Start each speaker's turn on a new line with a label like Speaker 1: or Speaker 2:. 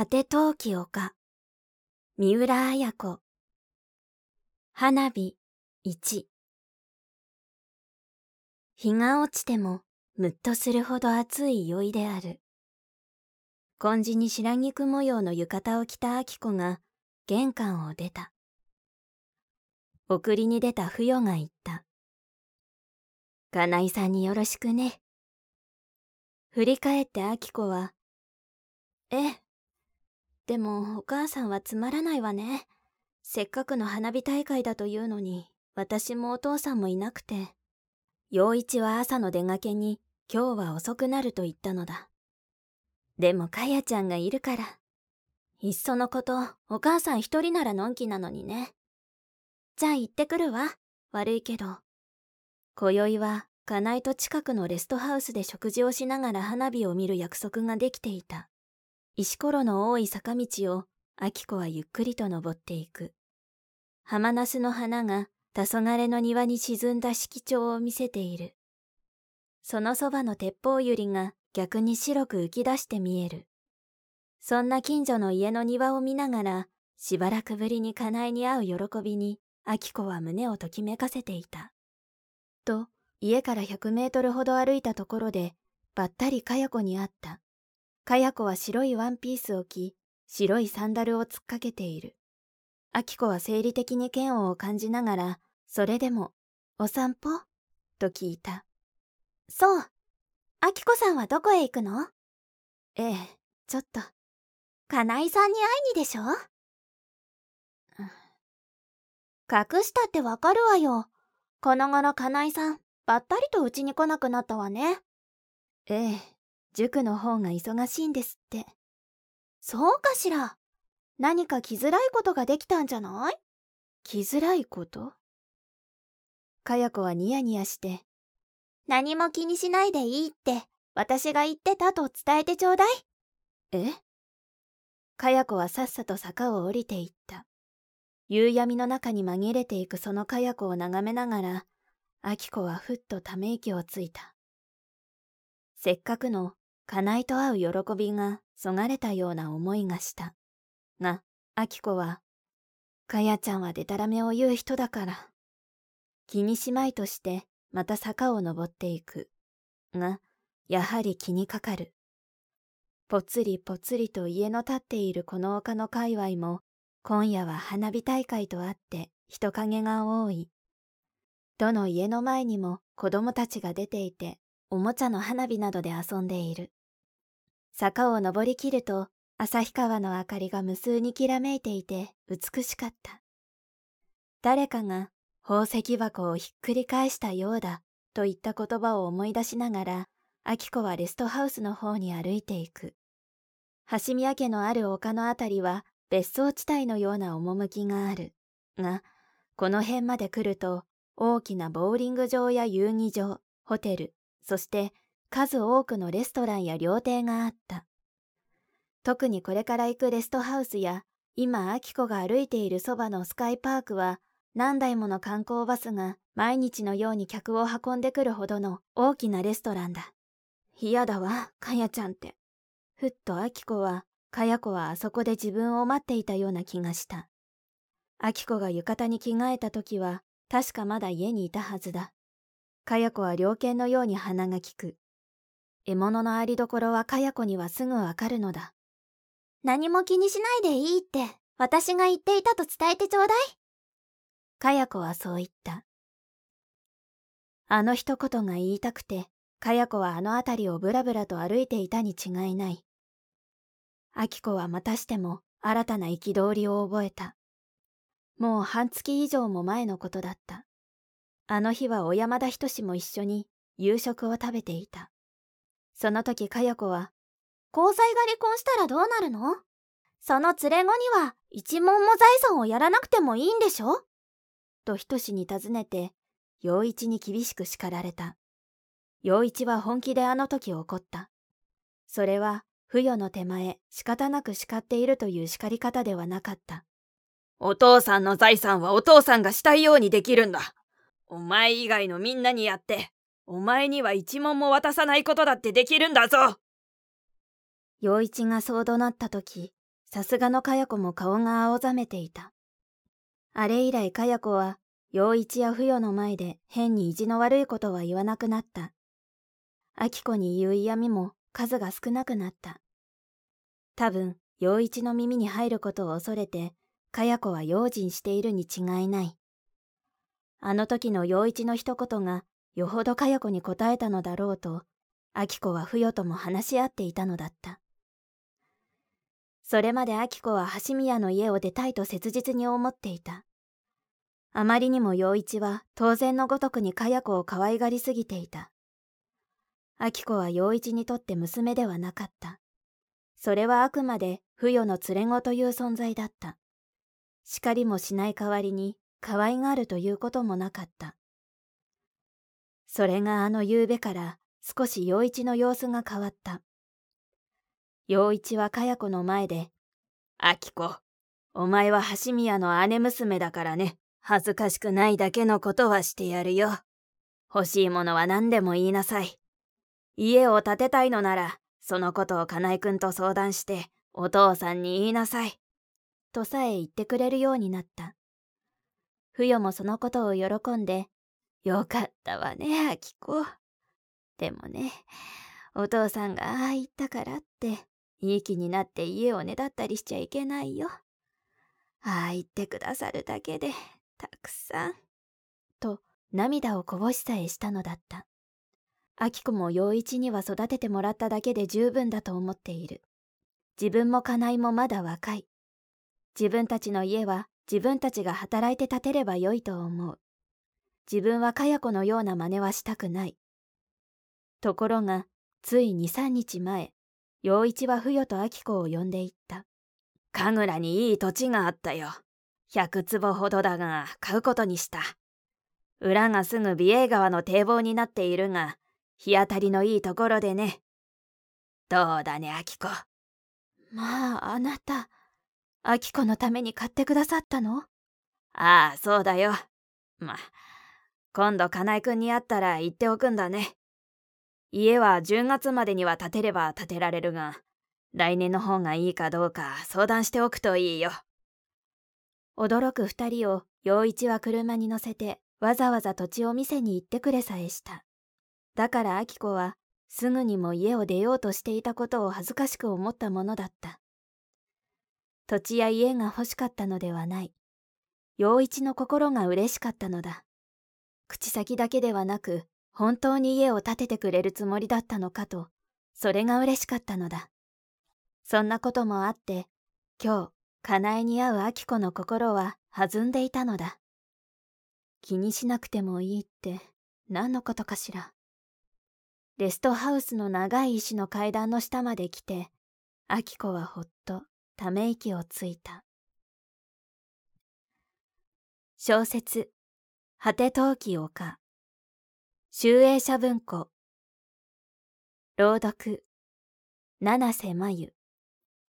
Speaker 1: 果て陶器丘、三浦綾子。花火1。日が落ちてもむっとするほど暑い宵である。紺地に白菊模様の浴衣を着た明子が玄関を出た。送りに出た不与が言った。金井さんによろしくね。振り返って明子は、ええ。でもお母さんはつまらないわね。せっかくの花火大会だというのに、私もお父さんもいなくて。陽一は朝の出がけに、今日は遅くなると言ったのだ。でもかやちゃんがいるから。いっそのこと、お母さん一人ならのんきなのにね。じゃあ行ってくるわ。悪いけど。今宵は、金井と近くのレストハウスで食事をしながら花火を見る約束ができていた。石ころの多い坂道を、明子はゆっくりと登っていく。浜ナスの花が、黄昏の庭に沈んだ色調を見せている。そのそばの鉄砲百合が逆に白く浮き出して見える。そんな近所の家の庭を見ながら、しばらくぶりに金井に会う喜びに、明子は胸をときめかせていた。と、家から100メートルほど歩いたところで、ばったりかや子に会った。かや子は白いワンピースを着、白いサンダルをつっかけている。明子は生理的に嫌悪を感じながら、それでも、お散歩と聞いた。そう。明子さんはどこへ行くの？ええ、ちょっと。金井さんに会いにでしょ？隠したってわかるわよ。この頃金井さん、ばったりとうちに来なくなったわね。ええ、塾の方が忙しいんですって。そうかしら。何か来づらいことができたんじゃない？来づらいこと？かや子はニヤニヤして、何も気にしないでいいって私が言ってたと伝えてちょうだい。え？かや子はさっさと坂を降りていった。夕闇の中に紛れていくそのかや子を眺めながら、明子はふっとため息をついた。せっかくの金井と会う喜びがそがれたような思いがした。が、明子は、かやちゃんはでたらめを言う人だから。気にしまいとしてまた坂を登っていく。が、やはり気にかかる。ぽつりぽつりと家の立っているこの丘の界隈も、今夜は花火大会とあって人影が多い。どの家の前にも子供たちが出ていて、おもちゃの花火などで遊んでいる。坂を登りきると、旭川の明かりが無数にきらめいていて美しかった。誰かが宝石箱をひっくり返したようだといった言葉を思い出しながら、明子はレストハウスの方に歩いていく。橋宮家のある丘のあたりは別荘地帯のような趣がある。が、この辺まで来ると、大きなボーリング場や遊技場、ホテル、そして数多くのレストランや料亭があった。特にこれから行くレストハウスや、今明子が歩いているそばのスカイパークは、何台もの観光バスが毎日のように客を運んでくるほどの大きなレストランだ。嫌だわ、かやちゃんって。ふっと明子は、かや子はあそこで自分を待っていたような気がした。明子が浴衣に着替えた時は、確かまだ家にいたはずだ。かや子は猟犬のように鼻が利く。獲物のありどころはかや子にはすぐわかるのだ。何も気にしないでいいって、私が言っていたと伝えてちょうだい。かや子はそう言った。あの一言が言いたくて、かや子はあの辺りをぶらぶらと歩いていたに違いない。明子はまたしても新たな憤りを覚えた。もう半月以上も前のことだった。あの日は小山田仁も一緒に夕食を食べていた。その時かや子は、交際が離婚したらどうなるの？その連れ子には一文も財産をやらなくてもいいんでしょ？と仁に尋ねて、陽一に厳しく叱られた。陽一は本気であの時怒った。それは、不与の手前仕方なく叱っているという叱り方ではなかった。
Speaker 2: お父さんの財産はお父さんがしたいようにできるんだ。お前以外のみんなにやって、お前には一文も渡さないことだってできるんだぞ。
Speaker 1: 陽一がそう怒鳴った時、 さすがのかや子も顔が青ざめていた。あれ以来かや子は、陽一や不与の前で変に意地の悪いことは言わなくなった。明子に言う嫌味も数が少なくなった。多分、陽一の耳に入ることを恐れて、かや子は用心しているに違いない。あの時の陽一の一言が、よほどかや子に答えたのだろうと、明子は不与とも話し合っていたのだった。それまで明子は橋宮の家を出たいと切実に思っていた。あまりにも陽一は当然のごとくにかや子を可愛がりすぎていた。明子は陽一にとって娘ではなかった。それはあくまで不与の連れ子という存在だった。叱りもしない代わりに可愛がるということもなかった。それがあの夕べから少し陽一の様子が変わった。陽一はかや子の前で、明子、お前は橋宮の姉娘だからね。恥ずかしくないだけのことはしてやるよ。欲しいものは何でも言いなさい。家を建てたいのなら、そのことを金井くんと相談して、お父さんに言いなさい。とさえ言ってくれるようになった。不与もそのことを喜んで、よかったわね、明子。でもね、お父さんがああ言ったからって、いい気になって家をねだったりしちゃいけないよ。ああ言ってくださるだけで、たくさん。と涙をこぼしさえしたのだった。明子も陽一には育ててもらっただけで十分だと思っている。自分も金井もまだ若い。自分たちの家は自分たちが働いて建てればよいと思う。自分はかや子のような真似はしたくない。ところが、つい2、3日前、陽一は不与と明子を呼んでいった。神楽にいい土地があったよ。100坪ほどだが買うことにした。裏がすぐ美瑛川の堤防になっているが、日当たりのいいところでね。どうだね、明子。まあ、あなた、明子のために買ってくださったの？ああ、そうだよ。まあ、今度金井くんに会ったら言っておくんだね。家は10月までには建てれば建てられるが、来年の方がいいかどうか相談しておくといいよ。驚く二人を陽一は車に乗せてわざわざ土地を見せに行ってくれさえした。だから明子はすぐにも家を出ようとしていたことを恥ずかしく思ったものだった。土地や家が欲しかったのではない。陽一の心が嬉しかったのだ。口先だけではなく本当に家を建ててくれるつもりだったのかと、それが嬉しかったのだ。そんなこともあって、今日、金井に会う明子の心は弾んでいたのだ。気にしなくてもいいって何のことかしら。レストハウスの長い石の階段の下まで来て、明子はほっとため息をついた。小説、果て陶器丘。集英社文庫。朗読、七瀬真由。